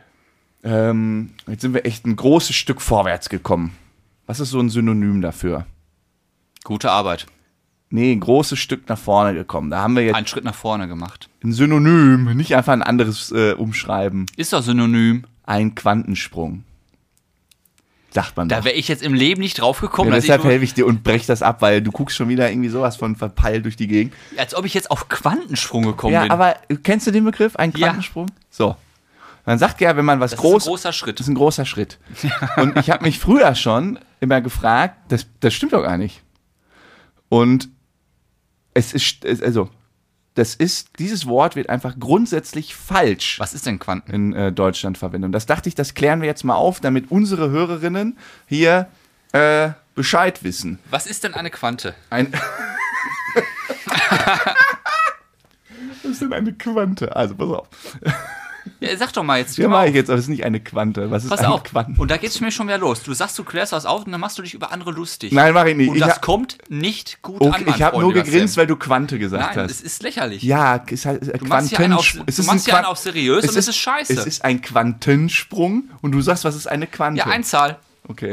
echt ein großes Stück vorwärts gekommen. Was ist so ein Synonym dafür? Gute Arbeit. Nee, ein großes Stück nach vorne gekommen. Da haben wir jetzt einen Schritt nach vorne gemacht. Ein Synonym, nicht einfach ein anderes umschreiben. Ist doch Synonym. Ein Quantensprung. Sagt man doch. Da wäre ich jetzt im Leben nicht drauf gekommen. Ja, deshalb helfe ich dir und brech das ab, weil du guckst schon wieder irgendwie sowas von verpeilt durch die Gegend. Als ob ich jetzt auf Quantensprung gekommen bin. Ja, aber kennst du den Begriff? Ein Quantensprung? Ja. So. Man sagt ja, wenn man was Großes... Das ist ein großer Schritt. Das ist ein großer Schritt. Und ich habe mich früher schon immer gefragt, das stimmt doch gar nicht. Und dieses Wort wird einfach grundsätzlich falsch. Was ist denn Quanten? In Deutschland verwendet. Und das dachte ich, das klären wir jetzt mal auf, damit unsere Hörerinnen hier Bescheid wissen. Was ist denn eine Quante? Was ist denn eine Quante? Also, pass auf. Ja, sag doch mal jetzt. Ja, mache ich jetzt, aber es ist nicht eine Quante. Was ist Pass eine auf. Quante? Und da geht's mir schon wieder los. Du sagst, du klärst was auf und dann machst du dich über andere lustig. Nein, mache ich nicht. Und das kommt nicht gut an, mein Ich habe nur Freund, gegrinst, Sam. weil du Quante gesagt Nein, hast. es ist lächerlich. Ja, ist halt Du machst hier einen auf, es du ist machst ein hier einen auf seriös und es ist scheiße. Es ist ein Quantensprung und du sagst, was ist eine Quante? Ja, Einzahl. Okay.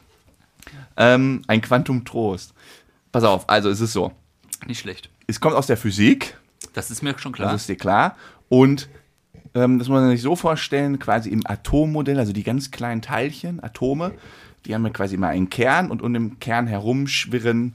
Ein Quantum Trost. Pass auf, also es ist so. Nicht schlecht. Es kommt aus der Physik, Das ist mir schon klar. das ist dir klar. Und das muss man sich so vorstellen, quasi im Atommodell, also die ganz kleinen Teilchen, Atome, die haben ja quasi immer einen Kern und um den Kern herum schwirren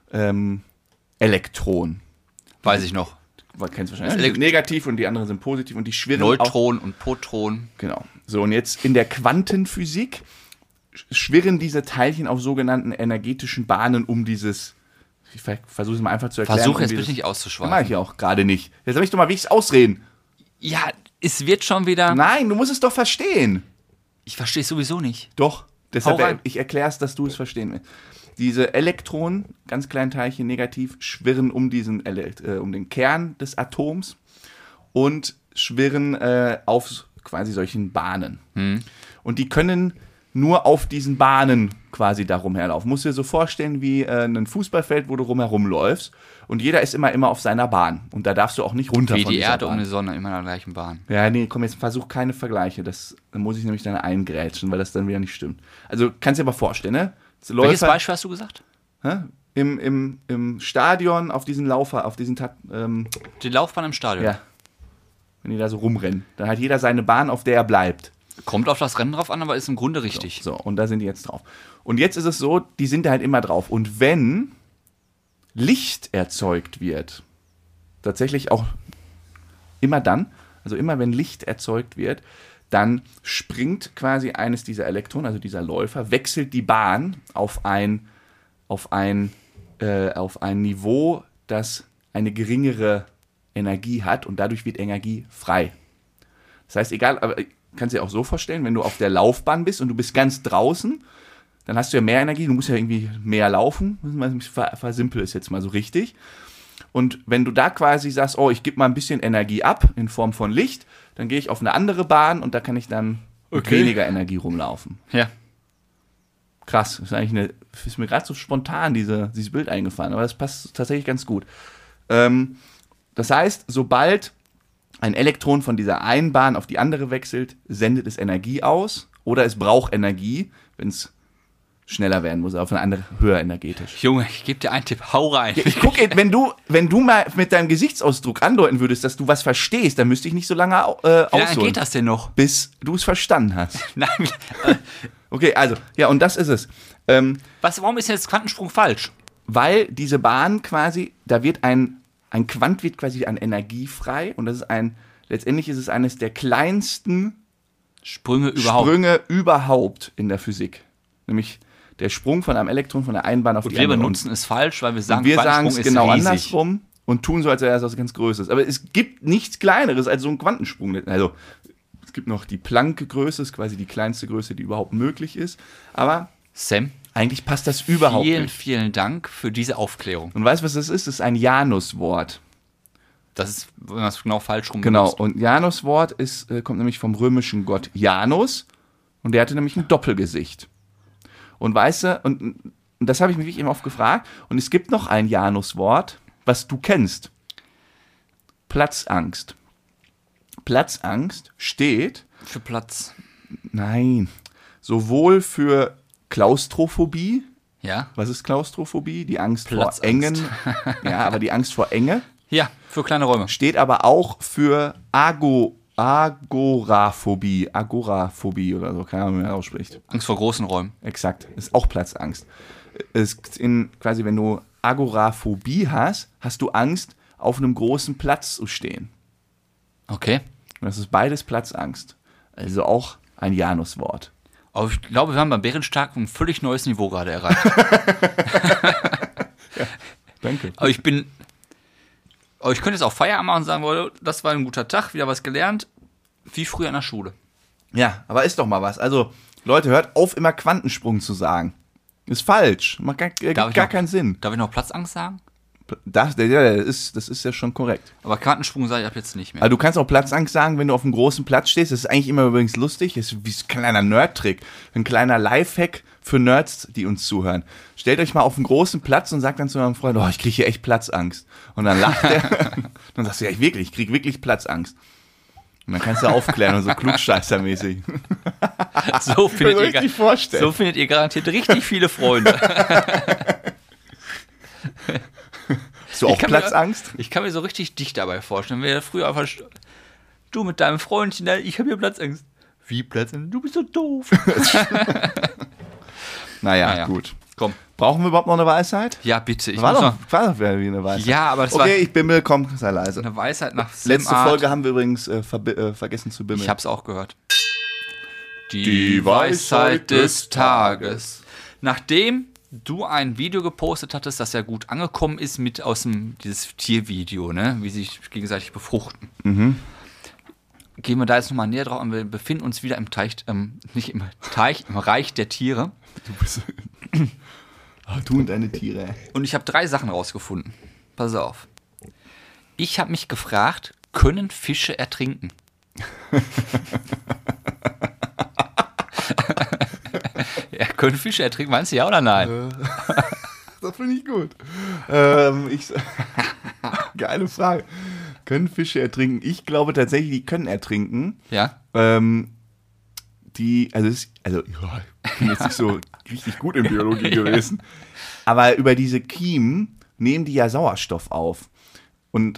Elektronen. Weiß ich noch. Kennst du wahrscheinlich. Die sind negativ und die anderen sind positiv und die schwirren Neutron und Proton. Genau. So, und jetzt in der Quantenphysik schwirren diese Teilchen auf sogenannten energetischen Bahnen um dieses. Ich versuche es mal einfach zu erklären. Versuche jetzt bitte nicht auszuschweifen. Mache ich ja auch gerade nicht. Jetzt habe ich doch mal wenigstens ausreden. Ja, es wird schon wieder. Nein, du musst es doch verstehen. Ich verstehe es sowieso nicht. Doch. Deshalb, Hau rein. ich erkläre es, dass du es verstehen willst. Diese Elektronen, ganz kleinen Teilchen negativ, schwirren um den Kern des Atoms und schwirren auf quasi solchen Bahnen. Und die können nur auf diesen Bahnen quasi darum herlaufen. Musst du dir so vorstellen wie ein Fußballfeld, wo du rumherum läufst und jeder ist immer auf seiner Bahn und da darfst du auch nicht runter Wie von die dieser Erde Bahn. um die Sonne, immer in der gleichen Bahn. Ja, nee, komm, jetzt versuch keine Vergleiche. Da muss ich nämlich dann eingrätschen, weil das dann wieder nicht stimmt. Also, kannst dir aber vorstellen, ne? Welches Beispiel hast du gesagt? Im Stadion auf diesen Die Laufbahn im Stadion. ja, wenn die da so rumrennen. Dann hat jeder seine Bahn, auf der er bleibt. Kommt auf das Rennen drauf an, aber ist im Grunde richtig. So, und da sind die jetzt drauf. Und jetzt ist es so, die sind da halt immer drauf. Und wenn Licht erzeugt wird, tatsächlich auch immer dann, also immer wenn Licht erzeugt wird, dann springt quasi eines dieser Elektronen, also dieser Läufer, wechselt die Bahn auf ein Niveau, das eine geringere Energie hat und dadurch wird Energie frei. Das heißt, egal, aber kannst du dir auch so vorstellen, wenn du auf der Laufbahn bist und du bist ganz draußen, dann hast du ja mehr Energie, du musst ja irgendwie mehr laufen. Ich versimpel es jetzt mal so richtig. Und wenn du da quasi sagst, oh, ich gebe mal ein bisschen Energie ab in Form von Licht, dann gehe ich auf eine andere Bahn und da kann ich dann mit weniger Energie rumlaufen. Ja. Krass, ist mir gerade so spontan dieses Bild eingefallen, aber das passt tatsächlich ganz gut. Das heißt, sobald ein Elektron von dieser einen Bahn auf die andere wechselt, sendet es Energie aus oder es braucht Energie, wenn es schneller werden muss, auf eine andere, höher energetisch. Junge, ich gebe dir einen Tipp, hau rein. Ja, ich gucke, wenn du mal mit deinem Gesichtsausdruck andeuten würdest, dass du was verstehst, dann müsste ich nicht so lange Wie lange ausholen, geht das denn noch? bis du es verstanden hast. Nein, Okay, also, ja, und das ist es. warum ist jetzt Quantensprung falsch? Weil diese Bahn quasi, da wird ein Quant wird quasi an Energie frei und das ist letztendlich ist es eines der kleinsten Sprünge überhaupt in der Physik. Nämlich der Sprung von einem Elektron von der einen Bahn auf die Wir andere. benutzen es falsch, weil wir sagen, Und wir sagen Quantensprung es ist genau riesig. andersrum und tun so, als wäre es was ganz Größeres. Aber es gibt nichts Kleineres als so einen Quantensprung. Also es gibt noch die Planck-Größe, ist quasi die kleinste Größe, die überhaupt möglich ist. Aber Sam, eigentlich passt das überhaupt vielen, nicht. vielen Dank für diese Aufklärung. Und weißt du, was das ist? Das ist ein Januswort. Das ist, wenn man es genau falsch rum Genau, benutzt. und Januswort kommt nämlich vom römischen Gott Janus und der hatte nämlich ein Doppelgesicht. Und weißt du, und das habe ich mich wirklich eben oft gefragt, und es gibt noch ein Januswort, was du kennst. Platzangst. Platzangst steht, Für Platz. nein, sowohl für Klaustrophobie. Ja? Was ist Klaustrophobie? Die Angst vor Platzangst. engen. Ja, aber die Angst vor Enge. Ja, für kleine Räume. Steht aber auch für Agoraphobie oder so, keine Ahnung, wie man das ausspricht. Angst vor großen Räumen. Exakt, ist auch Platzangst. Quasi, wenn du Agoraphobie hast, hast du Angst, auf einem großen Platz zu stehen. Okay. Und das ist beides Platzangst. Also auch ein Januswort. Aber ich glaube, wir haben beim Bärenstark ein völlig neues Niveau gerade erreicht. Danke. Aber ich könnte jetzt auch Feierabend machen und sagen, Leute, das war ein guter Tag, wieder was gelernt, wie früher in der Schule. Ja, aber ist doch mal was. Also, Leute, hört auf, immer Quantensprung zu sagen. Ist falsch. Macht gar keinen Sinn. Darf ich noch Platzangst sagen? Das ist ja schon korrekt. Aber Quantensprung sage ich ab jetzt nicht mehr. Aber du kannst auch Platzangst sagen, wenn du auf einem großen Platz stehst. Das ist eigentlich immer übrigens lustig. Das ist wie ein kleiner Nerd-Trick. Ein kleiner Lifehack für Nerds, die uns zuhören. Stellt euch mal auf einen großen Platz und sagt dann zu eurem Freund, ich kriege hier echt Platzangst. Und dann lacht er. Dann sagst du, ja, ich kriege wirklich Platzangst. Und dann kannst du aufklären und so klugscheißermäßig. So findet ihr garantiert richtig viele Freunde. Hast du auch Platzangst? Ich kann mir so richtig dich dabei vorstellen. Wenn früher einfach, du mit deinem Freundchen, ich habe hier Platzangst. Wie Platzangst? Du bist so doof. Naja, gut. Komm. Brauchen wir überhaupt noch eine Weisheit? Ja, bitte. War doch wie eine Weisheit. Ja, aber das war... Okay, ich bimmel, komm, sei leise. Eine Weisheit nach Letzte Folge haben wir übrigens vergessen zu bimmeln. Ich hab's auch gehört. Die Weisheit des Tages. Nachdem du ein Video gepostet hattest, das ja gut angekommen ist dieses Tiervideo, ne, wie sie sich gegenseitig befruchten. Gehen wir da jetzt nochmal näher drauf und wir befinden uns wieder im Teich, nicht im Teich, im Reich der Tiere. Du und deine Tiere. Und ich habe 3 Sachen rausgefunden. Pass auf. Ich habe mich gefragt, können Fische ertrinken? Ja, können Fische ertrinken? Meinst du ja oder nein? Das finde ich gut. Geile Frage. Können Fische ertrinken? Ich glaube tatsächlich, die können ertrinken. Ja. Ich bin jetzt nicht so richtig gut in Biologie gewesen. Aber über diese Kiemen nehmen die ja Sauerstoff auf. Und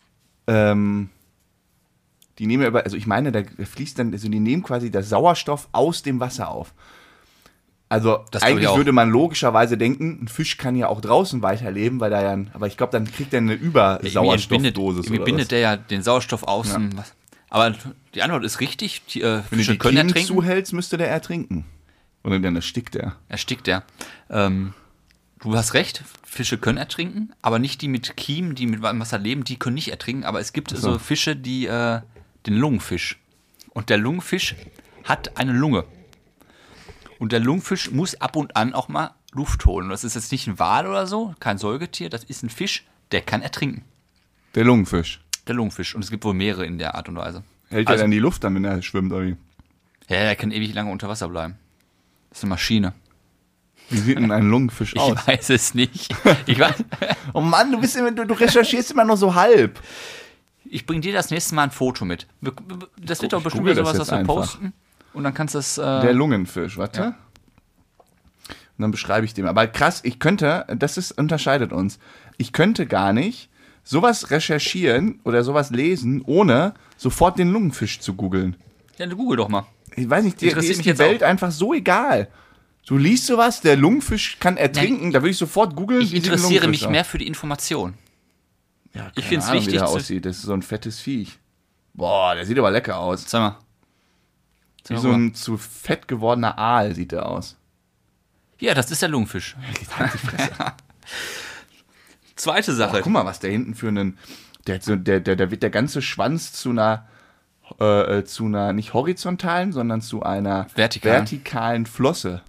die nehmen ja ich meine, da fließt dann, also die nehmen quasi das Sauerstoff aus dem Wasser auf. Also das eigentlich würde man logischerweise denken, ein Fisch kann ja auch draußen weiterleben, weil da aber ich glaube, dann kriegt er eine Übersauerstoffdosis oder was. Bindet der ja den Sauerstoff aus. Ja. Aber die Antwort ist richtig. Wenn du die Kiemen zuhältst, müsste der ertrinken. Oder dann erstickt er. Erstickt er. Du hast recht, Fische können ertrinken, aber nicht die mit Kiemen, die mit Wasser leben, die können nicht ertrinken. Aber es gibt so Fische, die den Lungenfisch. Und der Lungenfisch hat eine Lunge. Und der Lungenfisch muss ab und an auch mal Luft holen. Das ist jetzt nicht ein Wal oder so, kein Säugetier, das ist ein Fisch, der kann ertrinken. Der Lungenfisch? Der Lungenfisch. Und es gibt wohl mehrere in der Art und Weise. Hält er dann die Luft dann, wenn er schwimmt, oder wie? Ja, er kann ewig lange unter Wasser bleiben. Das ist eine Maschine. Wie sieht denn ein Lungenfisch aus? Ich weiß es nicht. Oh Mann, du recherchierst immer nur so halb. Ich bring dir das nächste Mal ein Foto mit. Das wird doch bestimmt wieder sowas, was wir posten. Und dann kannst du das... Der Lungenfisch, warte. Ja. Und dann beschreibe ich den. Aber krass, unterscheidet uns. Ich könnte gar nicht sowas recherchieren oder sowas lesen, ohne sofort den Lungenfisch zu googeln. Ja, du google doch mal. Ich weiß nicht, dir ist die Welt einfach so egal. Du liest sowas, der Lungenfisch kann ertrinken, da würde ich sofort googeln. Ich interessiere mich mehr für die Information. Ja, ich finde es wichtig, wie der aussieht. Das ist so ein fettes Viech. Boah, der sieht aber lecker aus. Sag mal. Wie so ein zu fett gewordener Aal sieht der aus. Ja, das ist der Lungenfisch. Zweite Sache. Boah, guck mal, was da hinten für einen... Der wird der ganze Schwanz zu einer nicht horizontalen, sondern zu einer vertikalen Flosse.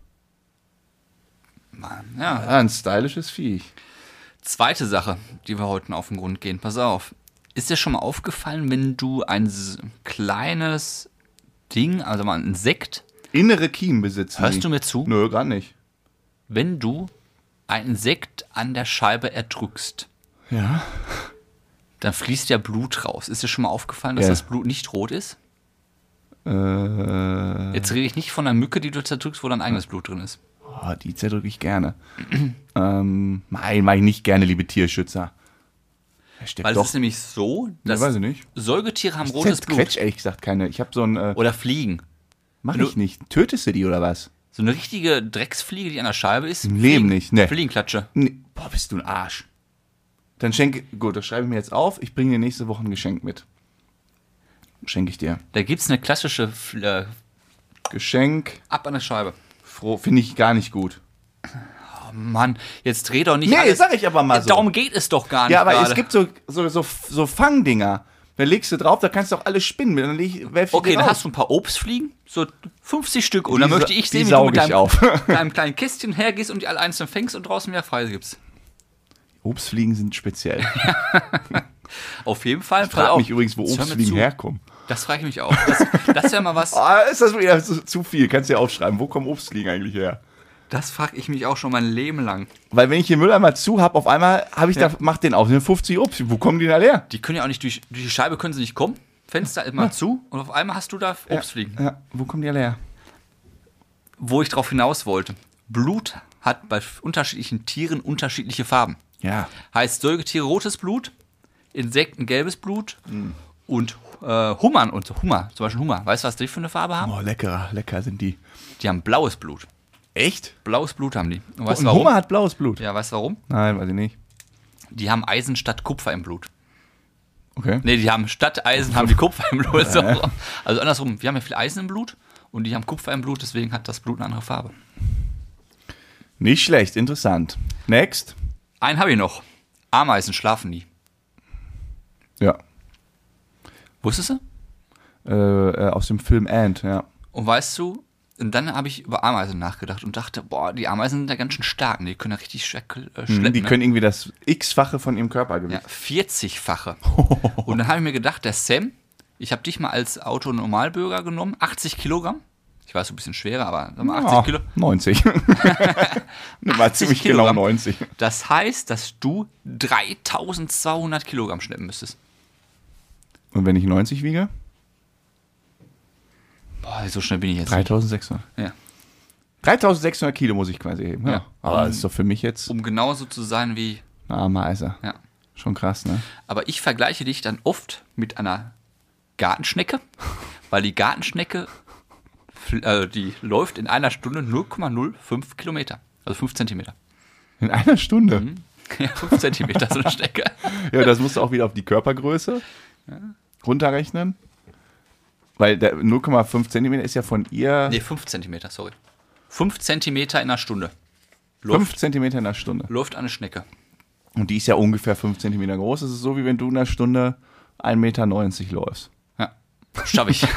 Mann, ja, ein stylisches Viech. Zweite Sache, die wir heute auf den Grund gehen. Pass auf. Ist dir schon mal aufgefallen, wenn du ein kleines Ding, also mal ein Insekt... Innere Kiemen besitzen. Hörst du mir zu? Nö, gar nicht. Wenn du ein Insekt an der Scheibe erdrückst, ja, dann fließt ja Blut raus. Ist dir schon mal aufgefallen, dass das Blut nicht rot ist? Jetzt rede ich nicht von einer Mücke, die du zerdrückst, wo dein eigenes Blut drin ist. Oh, die zerdrücke ich gerne. Nein, mache ich nicht gerne, liebe Tierschützer. Weil es ist nämlich so, dass weiß ich nicht. Säugetiere haben rotes Blut. Quetsch, ehrlich gesagt, keine. Ich habe so ein... Oder Fliegen. Mach ich nicht. Tötest du die oder was? So eine richtige Drecksfliege, die an der Scheibe ist. Im Leben nicht, ne. Fliegenklatsche. Nee. Boah, bist du ein Arsch. Dann gut, das schreibe ich mir jetzt auf. Ich bringe dir nächste Woche ein Geschenk mit. Schenke ich dir. Da gibt's eine klassische Geschenk. Ab an der Scheibe. Finde ich gar nicht gut. Oh Mann, jetzt dreh doch nicht. Nee, alles. Sag ich aber mal so. Darum geht es doch gar nicht. Ja, aber grade. Es gibt so Fangdinger. Da legst du drauf, da kannst du auch alles spinnen. Okay, dann hast du ein paar Obstfliegen, so 50 Stück. Und dann möchte ich sehen, wie du mit deinem kleinen Kästchen hergehst und die alle einzeln fängst und draußen mehr frei gibst. Obstfliegen sind speziell. Auf jeden Fall. Ich frage mich übrigens, wo Obstfliegen herkommen. Das frage ich mich auch. Das wäre mal was. Ist das wieder zu viel? Kannst du ja aufschreiben. Wo kommen Obstfliegen eigentlich her? Das frage ich mich auch schon mein Leben lang. Weil wenn ich den Mülleimer zu habe, auf einmal habe ich macht den auf, sind 50 Obst. Wo kommen die da her? Die können ja auch nicht durch die Scheibe können sie nicht kommen. Fenster ist mal zu und auf einmal hast du da Obstfliegen. Ja, wo kommen die alle her? Wo ich drauf hinaus wollte. Blut hat bei unterschiedlichen Tieren unterschiedliche Farben. Ja. Heißt Säugetiere rotes Blut, Insekten gelbes Blut und Hummer, zum Beispiel Hummer. Weißt du, was die für eine Farbe haben? Oh, lecker sind die. Die haben blaues Blut. Echt? Blaues Blut haben die. Und weißt du Ein warum? Hummer hat blaues Blut? Ja, weißt du warum? Nein, weiß ich nicht. Die haben Eisen statt Kupfer im Blut. Okay. Nee, die haben statt Eisen haben die Kupfer im Blut. So. Also andersrum, wir haben ja viel Eisen im Blut und die haben Kupfer im Blut, deswegen hat das Blut eine andere Farbe. Nicht schlecht, interessant. Next. Einen habe ich noch. Ameisen schlafen nie. Ja. Wusstest du? Aus dem Film Ant, ja. Und weißt du, und dann habe ich über Ameisen nachgedacht und dachte, boah, die Ameisen sind ja ganz schön stark. Die können ja richtig schleppen. Die können irgendwie das X-fache von ihrem Körpergewicht. Ja, 40-fache. Und dann habe ich mir gedacht, der Sam, ich habe dich mal als Autonormalbürger genommen, 80 Kilogramm. Ich weiß, ein bisschen schwerer, aber sag mal 80 Kilo. 90. War ziemlich Kilogramm. genau 90. Das heißt, dass du 3200 Kilogramm schleppen müsstest. Und wenn ich 90 wiege? Boah, so schnell bin ich jetzt 3600. nicht. Ja. 3600 Kilo muss ich quasi heben. Ja. Ja. Aber das ist doch für mich jetzt Um genauso zu sein wie... eine Ameise. Ja. Schon krass, ne? Aber ich vergleiche dich dann oft mit einer Gartenschnecke, weil die Gartenschnecke, die läuft in einer Stunde 0,05 Kilometer. Also 5 Zentimeter. In einer Stunde? Ja, 5 Zentimeter so eine Schnecke. Ja, das musst du auch wieder auf die Körpergröße runterrechnen. Weil der 0,5 Zentimeter ist ja von ihr... Nee, 5 Zentimeter, sorry. 5 Zentimeter in einer Stunde. 5 Zentimeter in einer Stunde. Läuft eine Schnecke. Und die ist ja ungefähr 5 Zentimeter groß. Das ist so, wie wenn du in einer Stunde 1,90 Meter läufst. Ja, schaffe ich.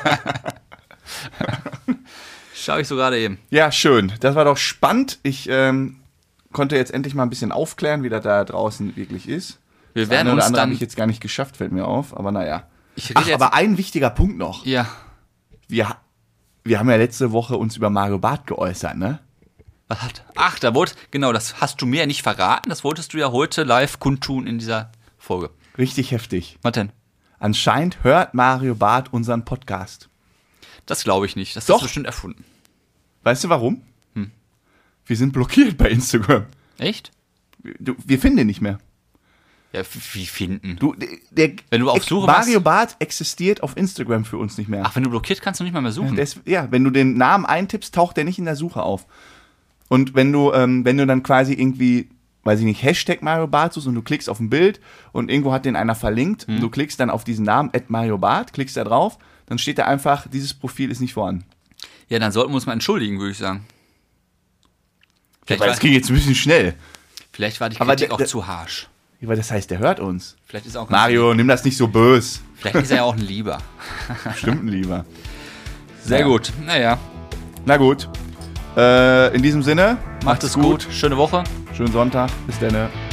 Schaffe ich so gerade eben. Ja, schön. Das war doch spannend. Ich konnte jetzt endlich mal ein bisschen aufklären, wie das da draußen wirklich ist. Wir werden das eine oder uns andere dann... habe ich jetzt gar nicht geschafft, fällt mir auf. Aber naja. Ich rede jetzt, aber ein wichtiger Punkt noch. ja, Wir haben ja letzte Woche uns über Mario Barth geäußert, ne? was hat... Ach, genau, das hast du mir ja nicht verraten. Das wolltest du ja heute live kundtun in dieser Folge. Richtig heftig. Was denn? Anscheinend hört Mario Barth unseren Podcast. Das glaube ich nicht. Das Doch. ist bestimmt erfunden. Weißt du warum? Wir sind blockiert bei Instagram. Echt? Wir finden den nicht mehr. Ja, wie finden? Wenn du auf Suche Mario Barth existiert auf Instagram für uns nicht mehr. Ach, wenn du blockiert, kannst du nicht mal mehr suchen. Wenn du den Namen eintippst, taucht der nicht in der Suche auf. Und wenn du dann quasi irgendwie, weiß ich nicht, Hashtag Mario Barth suchst und du klickst auf ein Bild und irgendwo hat den einer verlinkt und du klickst dann auf diesen Namen, @Mario Barth, klickst da drauf, dann steht da einfach, dieses Profil ist nicht vorhanden. Ja, dann sollten wir uns mal entschuldigen, würde ich sagen. Aber das ging jetzt ein bisschen schnell. Vielleicht war die Aber Kritik auch zu harsch. Ja, weil das heißt, der hört uns. Vielleicht ist er auch Mario, nimm das nicht so böse. Vielleicht ist er ja auch ein Lieber. Bestimmt ein Lieber. Sehr gut. Naja. Na gut. In diesem Sinne, Macht es gut. Schöne Woche. Schönen Sonntag. Bis dann.